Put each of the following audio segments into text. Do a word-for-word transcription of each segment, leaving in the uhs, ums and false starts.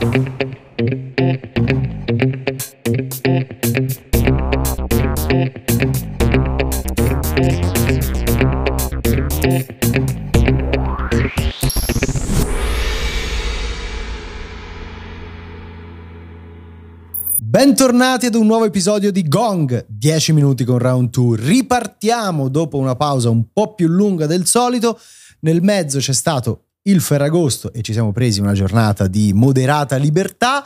Bentornati ad un nuovo episodio di Gong, dieci minuti con Round due. Ripartiamo dopo una pausa un po' più lunga del solito. Nel mezzo c'è stato il Ferragosto e ci siamo presi una giornata di moderata libertà,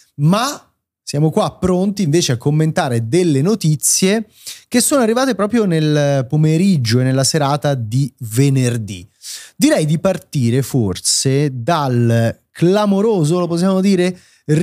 ma siamo qua pronti invece a commentare delle notizie che sono arrivate proprio nel pomeriggio e nella serata di venerdì. Direi di partire forse dal clamoroso, lo possiamo dire,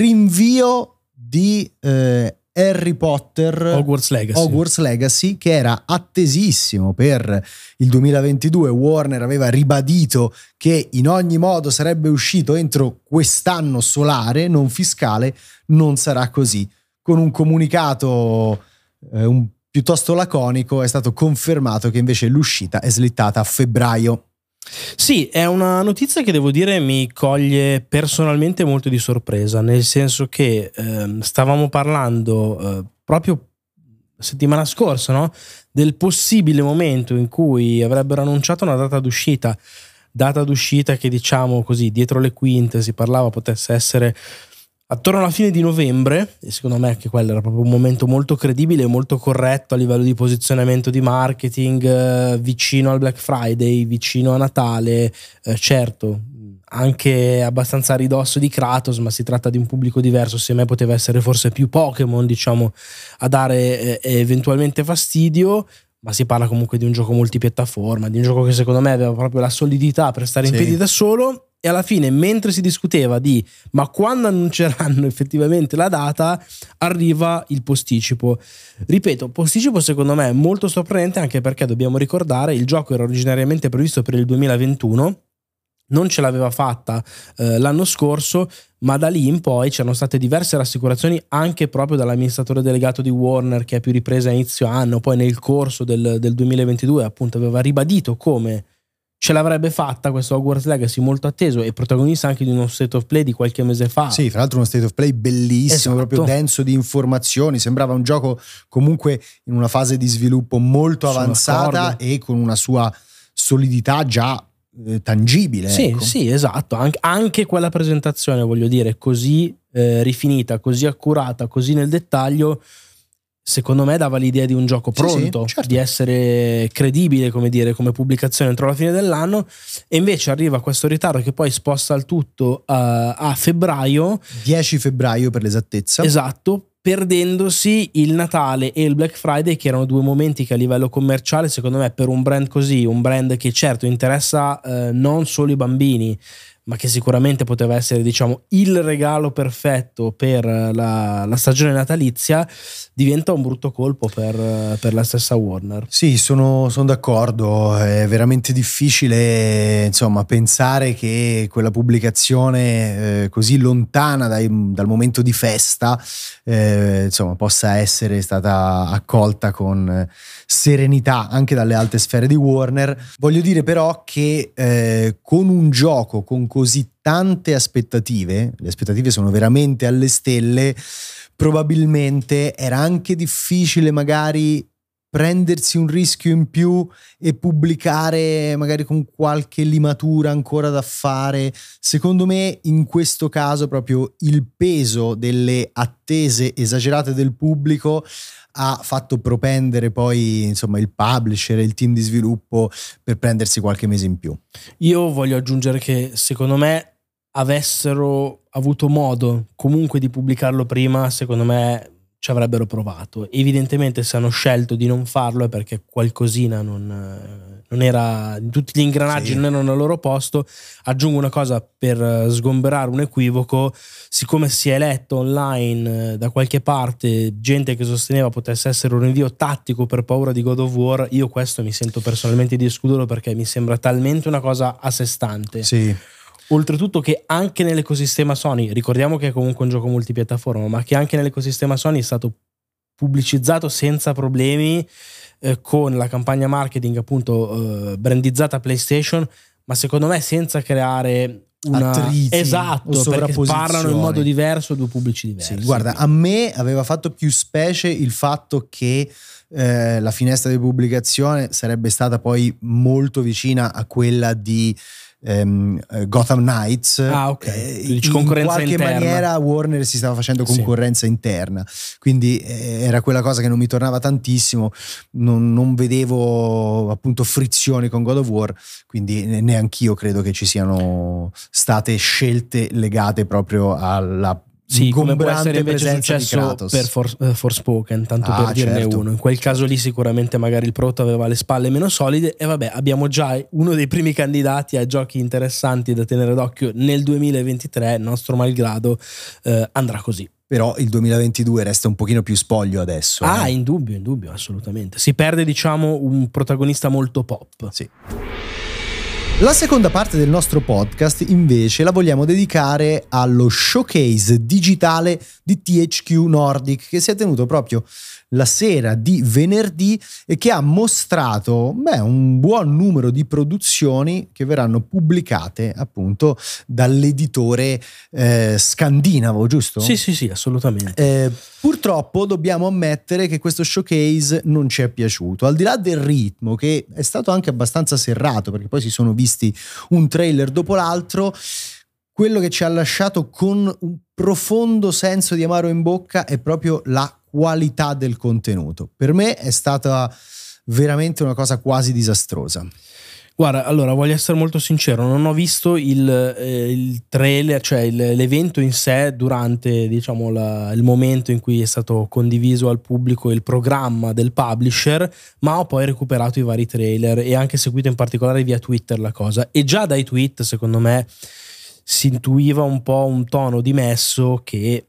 rinvio di eh, Harry Potter Hogwarts Legacy. Hogwarts Legacy, che era attesissimo per il duemilaventidue. Warner aveva ribadito che in ogni modo sarebbe uscito entro quest'anno solare, non fiscale. Non sarà così. Con un comunicato eh, un, piuttosto laconico è stato confermato che invece l'uscita è slittata a febbraio. Sì, è una notizia che devo dire mi coglie personalmente molto di sorpresa, nel senso che eh, stavamo parlando eh, proprio settimana scorsa, no? Del possibile momento in cui avrebbero annunciato una data d'uscita, data d'uscita che, diciamo così, dietro le quinte si parlava potesse essere attorno alla fine di novembre, e secondo me anche quello era proprio un momento molto credibile e molto corretto a livello di posizionamento di marketing, eh, vicino al Black Friday, vicino a Natale, eh, certo anche abbastanza a ridosso di Kratos, ma si tratta di un pubblico diverso. Se me poteva essere forse più Pokémon, diciamo, a dare eh, eventualmente fastidio, ma si parla comunque di un gioco multipiattaforma, di un gioco che secondo me aveva proprio la solidità per stare in sì. piedi da solo. E alla fine, mentre si discuteva di ma quando annunceranno effettivamente la data, arriva il posticipo. Ripeto, posticipo secondo me è molto sorprendente, anche perché dobbiamo ricordare il gioco era originariamente previsto per il duemilaventuno, non ce l'aveva fatta eh, l'anno scorso, ma da lì in poi c'erano state diverse rassicurazioni anche proprio dall'amministratore delegato di Warner, che a più riprese a inizio anno, poi nel corso del, del duemilaventidue appunto aveva ribadito come ce l'avrebbe fatta questo Hogwarts Legacy molto atteso e protagonista anche di uno state of play di qualche mese fa. Sì, tra l'altro uno state of play bellissimo, esatto. Proprio denso di informazioni, sembrava un gioco comunque in una fase di sviluppo molto Sono avanzata d'accordo. E con una sua solidità già eh, tangibile. Sì, ecco. sì, esatto, An- anche quella presentazione, voglio dire, così eh, rifinita, così accurata, così nel dettaglio, secondo me dava l'idea di un gioco pronto, sì, sì, certo. di essere credibile, come dire, come pubblicazione entro la fine dell'anno. E invece arriva questo ritardo che poi sposta il tutto uh, a febbraio, dieci febbraio per l'esattezza. esatto, perdendosi il Natale e il Black Friday, che erano due momenti che a livello commerciale, secondo me, per un brand così, un brand che certo interessa eh, non solo i bambini, ma che sicuramente poteva essere, diciamo, il regalo perfetto per la, la stagione natalizia, diventa un brutto colpo per, per la stessa Warner. Sì, sono, sono d'accordo, è veramente difficile insomma pensare che quella pubblicazione eh, così lontana dai, dal momento di festa eh, insomma possa essere stata accolta con serenità anche dalle alte sfere di Warner. Voglio dire però che eh, con un gioco con così tante aspettative, le aspettative sono veramente alle stelle, probabilmente era anche difficile magari prendersi un rischio in più e pubblicare magari con qualche limatura ancora da fare. Secondo me in questo caso proprio il peso delle attese esagerate del pubblico ha fatto propendere poi insomma il publisher e il team di sviluppo per prendersi qualche mese in più. Io voglio aggiungere che secondo me avessero avuto modo comunque di pubblicarlo prima, secondo me ci avrebbero provato. Evidentemente se hanno scelto di non farlo è perché qualcosina non, non era, tutti gli ingranaggi sì. non erano al loro posto. Aggiungo una cosa per sgomberare un equivoco: siccome si è letto online da qualche parte gente che sosteneva potesse essere un rinvio tattico per paura di God of War, io questo mi sento personalmente di escluderlo, perché mi sembra talmente una cosa a sé stante. Sì. Oltretutto che anche nell'ecosistema Sony, ricordiamo che è comunque un gioco multipiattaforma, ma che anche nell'ecosistema Sony è stato pubblicizzato senza problemi eh, con la campagna marketing appunto eh, brandizzata PlayStation, ma secondo me senza creare una... attriti, esatto, perché parlano in modo diverso, due pubblici diversi. Sì, guarda, a me aveva fatto più specie il fatto che eh, la finestra di pubblicazione sarebbe stata poi molto vicina a quella di Um, Gotham Knights. Ah, ok. Eh, Dici in concorrenza qualche interna. maniera Warner si stava facendo concorrenza sì. interna, quindi eh, era quella cosa che non mi tornava tantissimo, non, non vedevo appunto frizioni con God of War, quindi neanch'io credo che ci siano state scelte legate proprio alla sì, come può essere invece successo per For, uh, Forspoken, tanto ah, per dirne certo. uno. In quel caso lì sicuramente magari il prodotto aveva le spalle meno solide e vabbè, abbiamo già uno dei primi candidati a giochi interessanti da tenere d'occhio nel duemilaventitré, nostro malgrado, uh, andrà così. Però il duemilaventidue resta un pochino più spoglio adesso. Ah, eh? in dubbio, in dubbio, assolutamente. Si perde, diciamo, un protagonista molto pop. Sì. La seconda parte del nostro podcast invece la vogliamo dedicare allo showcase digitale di T H Q Nordic che si è tenuto proprio la sera di venerdì e che ha mostrato beh, un buon numero di produzioni che verranno pubblicate appunto dall'editore eh, scandinavo, giusto? Sì, sì, sì, assolutamente. Eh, purtroppo dobbiamo ammettere che questo showcase non ci è piaciuto, al di là del ritmo che è stato anche abbastanza serrato perché poi si sono visti un trailer dopo l'altro. Quello che ci ha lasciato con un profondo senso di amaro in bocca è proprio la qualità del contenuto. Per me è stata veramente una cosa quasi disastrosa. Guarda, allora voglio essere molto sincero, non ho visto il, eh, il trailer, cioè il, l'evento in sé durante, diciamo, la, il momento in cui è stato condiviso al pubblico il programma del publisher, ma ho poi recuperato i vari trailer e anche seguito in particolare via Twitter la cosa. E già dai tweet, secondo me, si intuiva un po' un tono dimesso che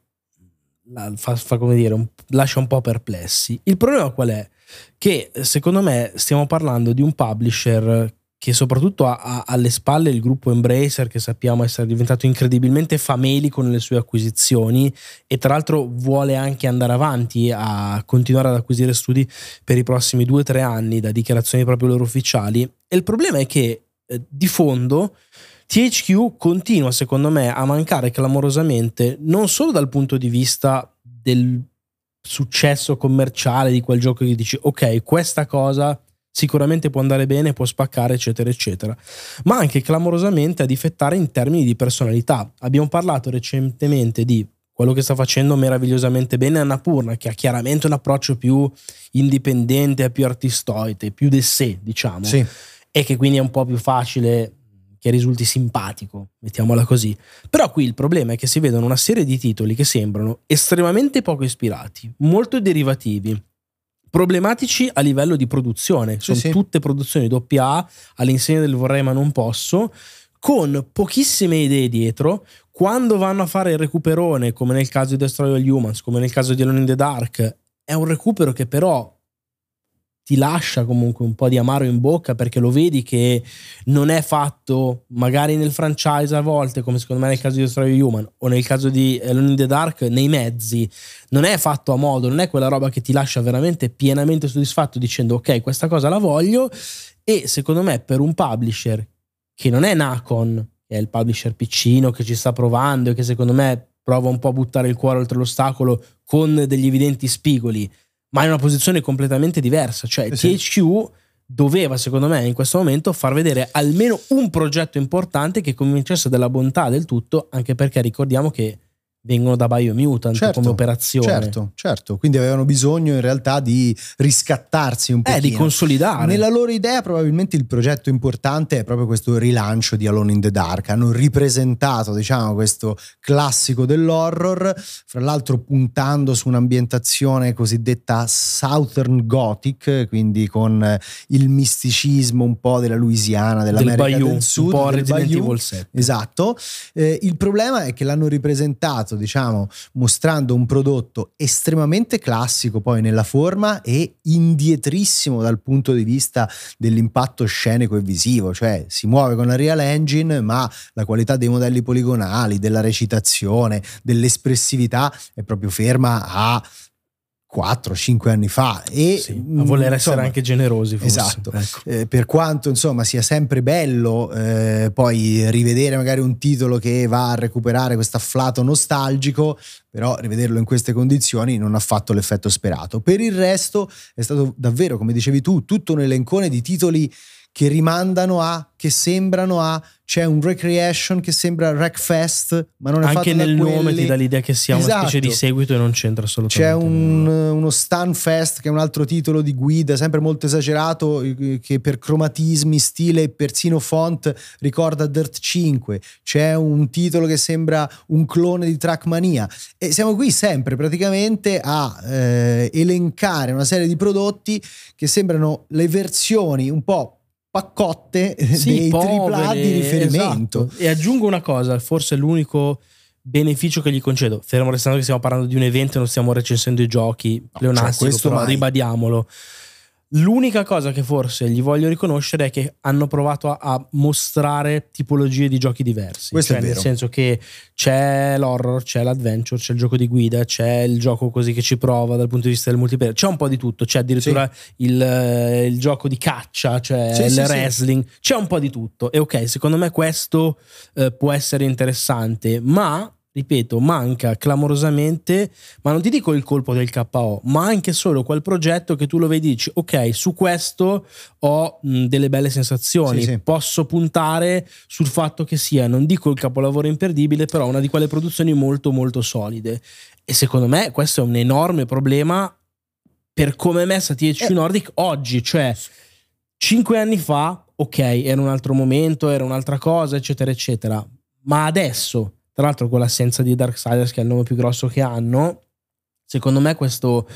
fa, fa come dire, un, lascia un po' perplessi. Il problema qual è? Che secondo me stiamo parlando di un publisher che soprattutto ha, ha alle spalle il gruppo Embracer, che sappiamo essere diventato incredibilmente famelico nelle sue acquisizioni e tra l'altro vuole anche andare avanti a continuare ad acquisire studi per i prossimi due o tre anni da dichiarazioni proprio loro ufficiali. E il problema è che eh, di fondo T H Q continua secondo me a mancare clamorosamente non solo dal punto di vista del successo commerciale di quel gioco che dici ok, questa cosa sicuramente può andare bene, può spaccare eccetera eccetera, ma anche clamorosamente a difettare in termini di personalità. Abbiamo parlato recentemente di quello che sta facendo meravigliosamente bene Annapurna, che ha chiaramente un approccio più indipendente, più artistoide, più de sé, diciamo, sì. E che quindi è un po' più facile che risulti simpatico, mettiamola così. Però qui il problema è che si vedono una serie di titoli che sembrano estremamente poco ispirati, molto derivativi, problematici a livello di produzione, sono sì, sì. tutte produzioni doppia A all'insegna del vorrei ma non posso, con pochissime idee dietro. Quando vanno a fare il recuperone, come nel caso di Destroy All Humans, come nel caso di Alone in the Dark, è un recupero che però ti lascia comunque un po' di amaro in bocca, perché lo vedi che non è fatto magari nel franchise a volte, come secondo me nel caso di Destroy Human o nel caso di Alone in the Dark, nei mezzi non è fatto a modo, non è quella roba che ti lascia veramente pienamente soddisfatto dicendo ok, questa cosa la voglio. E secondo me per un publisher che non è Nacon, che è il publisher piccino che ci sta provando e che secondo me prova un po' a buttare il cuore oltre l'ostacolo con degli evidenti spigoli, ma in una posizione completamente diversa, cioè sì. T H Q doveva secondo me in questo momento far vedere almeno un progetto importante che convincesse della bontà del tutto, anche perché ricordiamo che vengono da Biomutant, certo, come operazione. Certo, certo, quindi avevano bisogno in realtà di riscattarsi un pochino. Eh, di consolidare. Nella loro idea probabilmente il progetto importante è proprio questo rilancio di Alone in the Dark. Hanno ripresentato, diciamo, questo classico dell'horror, fra l'altro puntando su un'ambientazione cosiddetta Southern Gothic, quindi con il misticismo un po' della Louisiana, dell'America del, Bayou, del Sud, un po' del Resident Bayou. Evil sette. Esatto. Eh, il problema è che l'hanno ripresentato, diciamo, mostrando un prodotto estremamente classico poi nella forma e indietrissimo dal punto di vista dell'impatto scenico e visivo, cioè si muove con la Real Engine ma la qualità dei modelli poligonali, della recitazione, dell'espressività è proprio ferma a quattro cinque anni fa e sì, a voler insomma, essere anche generosi forse. Esatto, ecco. eh, per quanto insomma sia sempre bello eh, poi rivedere magari un titolo che va a recuperare questo afflato nostalgico, però rivederlo in queste condizioni non ha fatto l'effetto sperato. Per il resto è stato davvero, come dicevi tu, tutto un elencone di titoli che rimandano a, che sembrano a, c'è un Recreation che sembra Wreckfest, ma non è anche fatto da nel quelli. nome ti dà l'idea che sia esatto. una specie di seguito e non c'entra assolutamente. C'è un, uno Stunfest che è un altro titolo di guida sempre molto esagerato, che per cromatismi, stile e persino font ricorda Dirt cinque. C'è un titolo che sembra un clone di Trackmania, e siamo qui sempre praticamente a eh, elencare una serie di prodotti che sembrano le versioni un po' paccotte sì, dei povere, tripla A di riferimento. Esatto. E aggiungo una cosa, forse l'unico beneficio che gli concedo, fermo restando che stiamo parlando di un evento e non stiamo recensendo i giochi pleonastico, cioè però mai. ribadiamolo. L'unica cosa che forse gli voglio riconoscere è che hanno provato a, a mostrare tipologie di giochi diversi. Questo cioè, è vero. nel senso che c'è l'horror, c'è l'adventure, c'è il gioco di guida, c'è il gioco così che ci prova dal punto di vista del multiplayer, c'è un po' di tutto, c'è addirittura sì. il, il gioco di caccia, c'è sì, il sì, wrestling, sì. C'è un po' di tutto. E ok, secondo me questo eh, può essere interessante, ma ripeto, manca clamorosamente, ma non ti dico il colpo del K O, ma anche solo quel progetto che tu lo vedi e dici ok, su questo ho mh, delle belle sensazioni, sì, sì. Posso puntare sul fatto che sia, non dico il capolavoro imperdibile, però una di quelle produzioni molto molto solide, e secondo me questo è un enorme problema per come è messa T H Q eh. Nordic oggi, cioè cinque anni fa ok, era un altro momento, era un'altra cosa, eccetera eccetera, ma adesso, tra l'altro con l'assenza di Darksiders, che è il nome più grosso che hanno, secondo me questo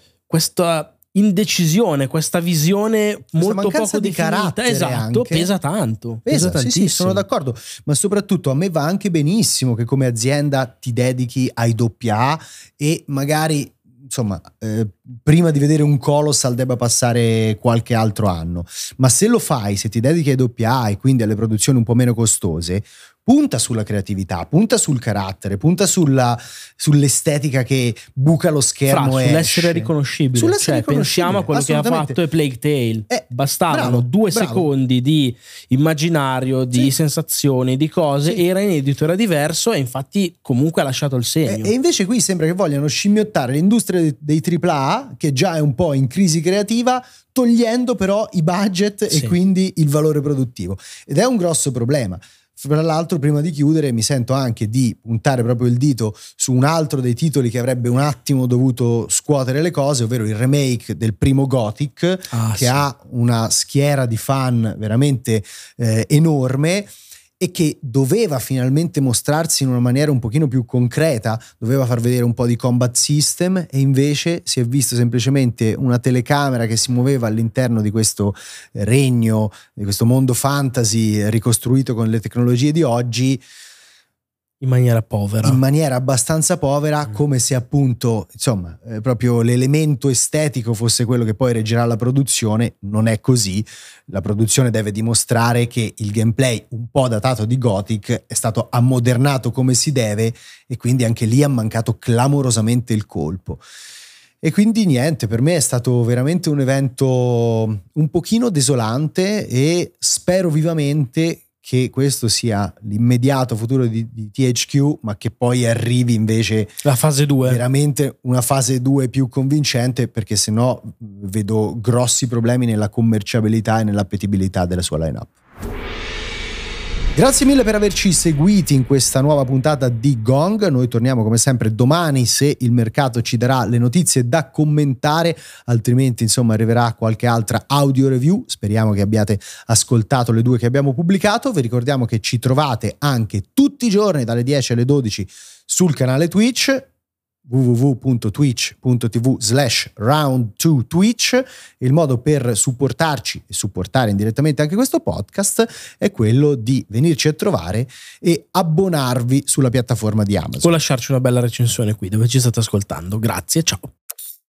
questa indecisione, questa visione questa molto poco di definita, esatto, anche. pesa tanto, pesa, pesa sì, sì, sono d'accordo, ma soprattutto a me va anche benissimo che come azienda ti dedichi ai doppia A e magari insomma eh, prima di vedere un Colossal debba passare qualche altro anno, ma se lo fai, se ti dedichi ai doppia A e quindi alle produzioni un po' meno costose, punta sulla creatività, punta sul carattere, punta sulla, sull'estetica che buca lo schermo, Fra, e sull'essere esce. riconoscibile, Sull'essere cioè riconoscibile, pensiamo a quello che ha fatto e Plague Tale, eh, bastavano bravo, due bravo. secondi di immaginario, di sì. sensazioni, di cose, sì. Era inedito, era diverso e infatti comunque ha lasciato il segno. E, e invece qui sembra che vogliano scimmiottare l'industria dei, dei tripla A, che già è un po' in crisi creativa, togliendo però i budget sì. e quindi il valore produttivo, ed è un grosso problema. Tra l'altro, prima di chiudere, mi sento anche di puntare proprio il dito su un altro dei titoli che avrebbe un attimo dovuto scuotere le cose, ovvero il remake del primo Gothic, ah, che sì. ha una schiera di fan veramente eh, enorme e che doveva finalmente mostrarsi in una maniera un pochino più concreta, doveva far vedere un po' di combat system, e invece si è visto semplicemente una telecamera che si muoveva all'interno di questo regno, di questo mondo fantasy ricostruito con le tecnologie di oggi, in maniera povera, in maniera abbastanza povera, mm. come se appunto insomma eh, proprio l'elemento estetico fosse quello che poi reggerà la produzione. Non è così. La produzione deve dimostrare che il gameplay un po' datato di Gothic è stato ammodernato come si deve, e quindi anche lì ha mancato clamorosamente il colpo. E quindi niente, per me è stato veramente un evento un pochino desolante, e spero vivamente che questo sia l'immediato futuro di, di T H Q, ma che poi arrivi invece la fase due, veramente una fase due più convincente, perché sennò vedo grossi problemi nella commerciabilità e nell'appetibilità della sua line-up. Grazie mille per averci seguiti in questa nuova puntata di Gong. Noi torniamo come sempre domani, se il mercato ci darà le notizie da commentare, altrimenti insomma arriverà qualche altra audio review. Speriamo che abbiate ascoltato le due che abbiamo pubblicato. Vi ricordiamo che ci trovate anche tutti i giorni dalle dieci alle dodici sul canale Twitch, w w w punto twitch punto t v slash round two twitch. Il modo per supportarci e supportare indirettamente anche questo podcast è quello di venirci a trovare e abbonarvi sulla piattaforma di Amazon, o lasciarci una bella recensione qui dove ci state ascoltando. Grazie, ciao.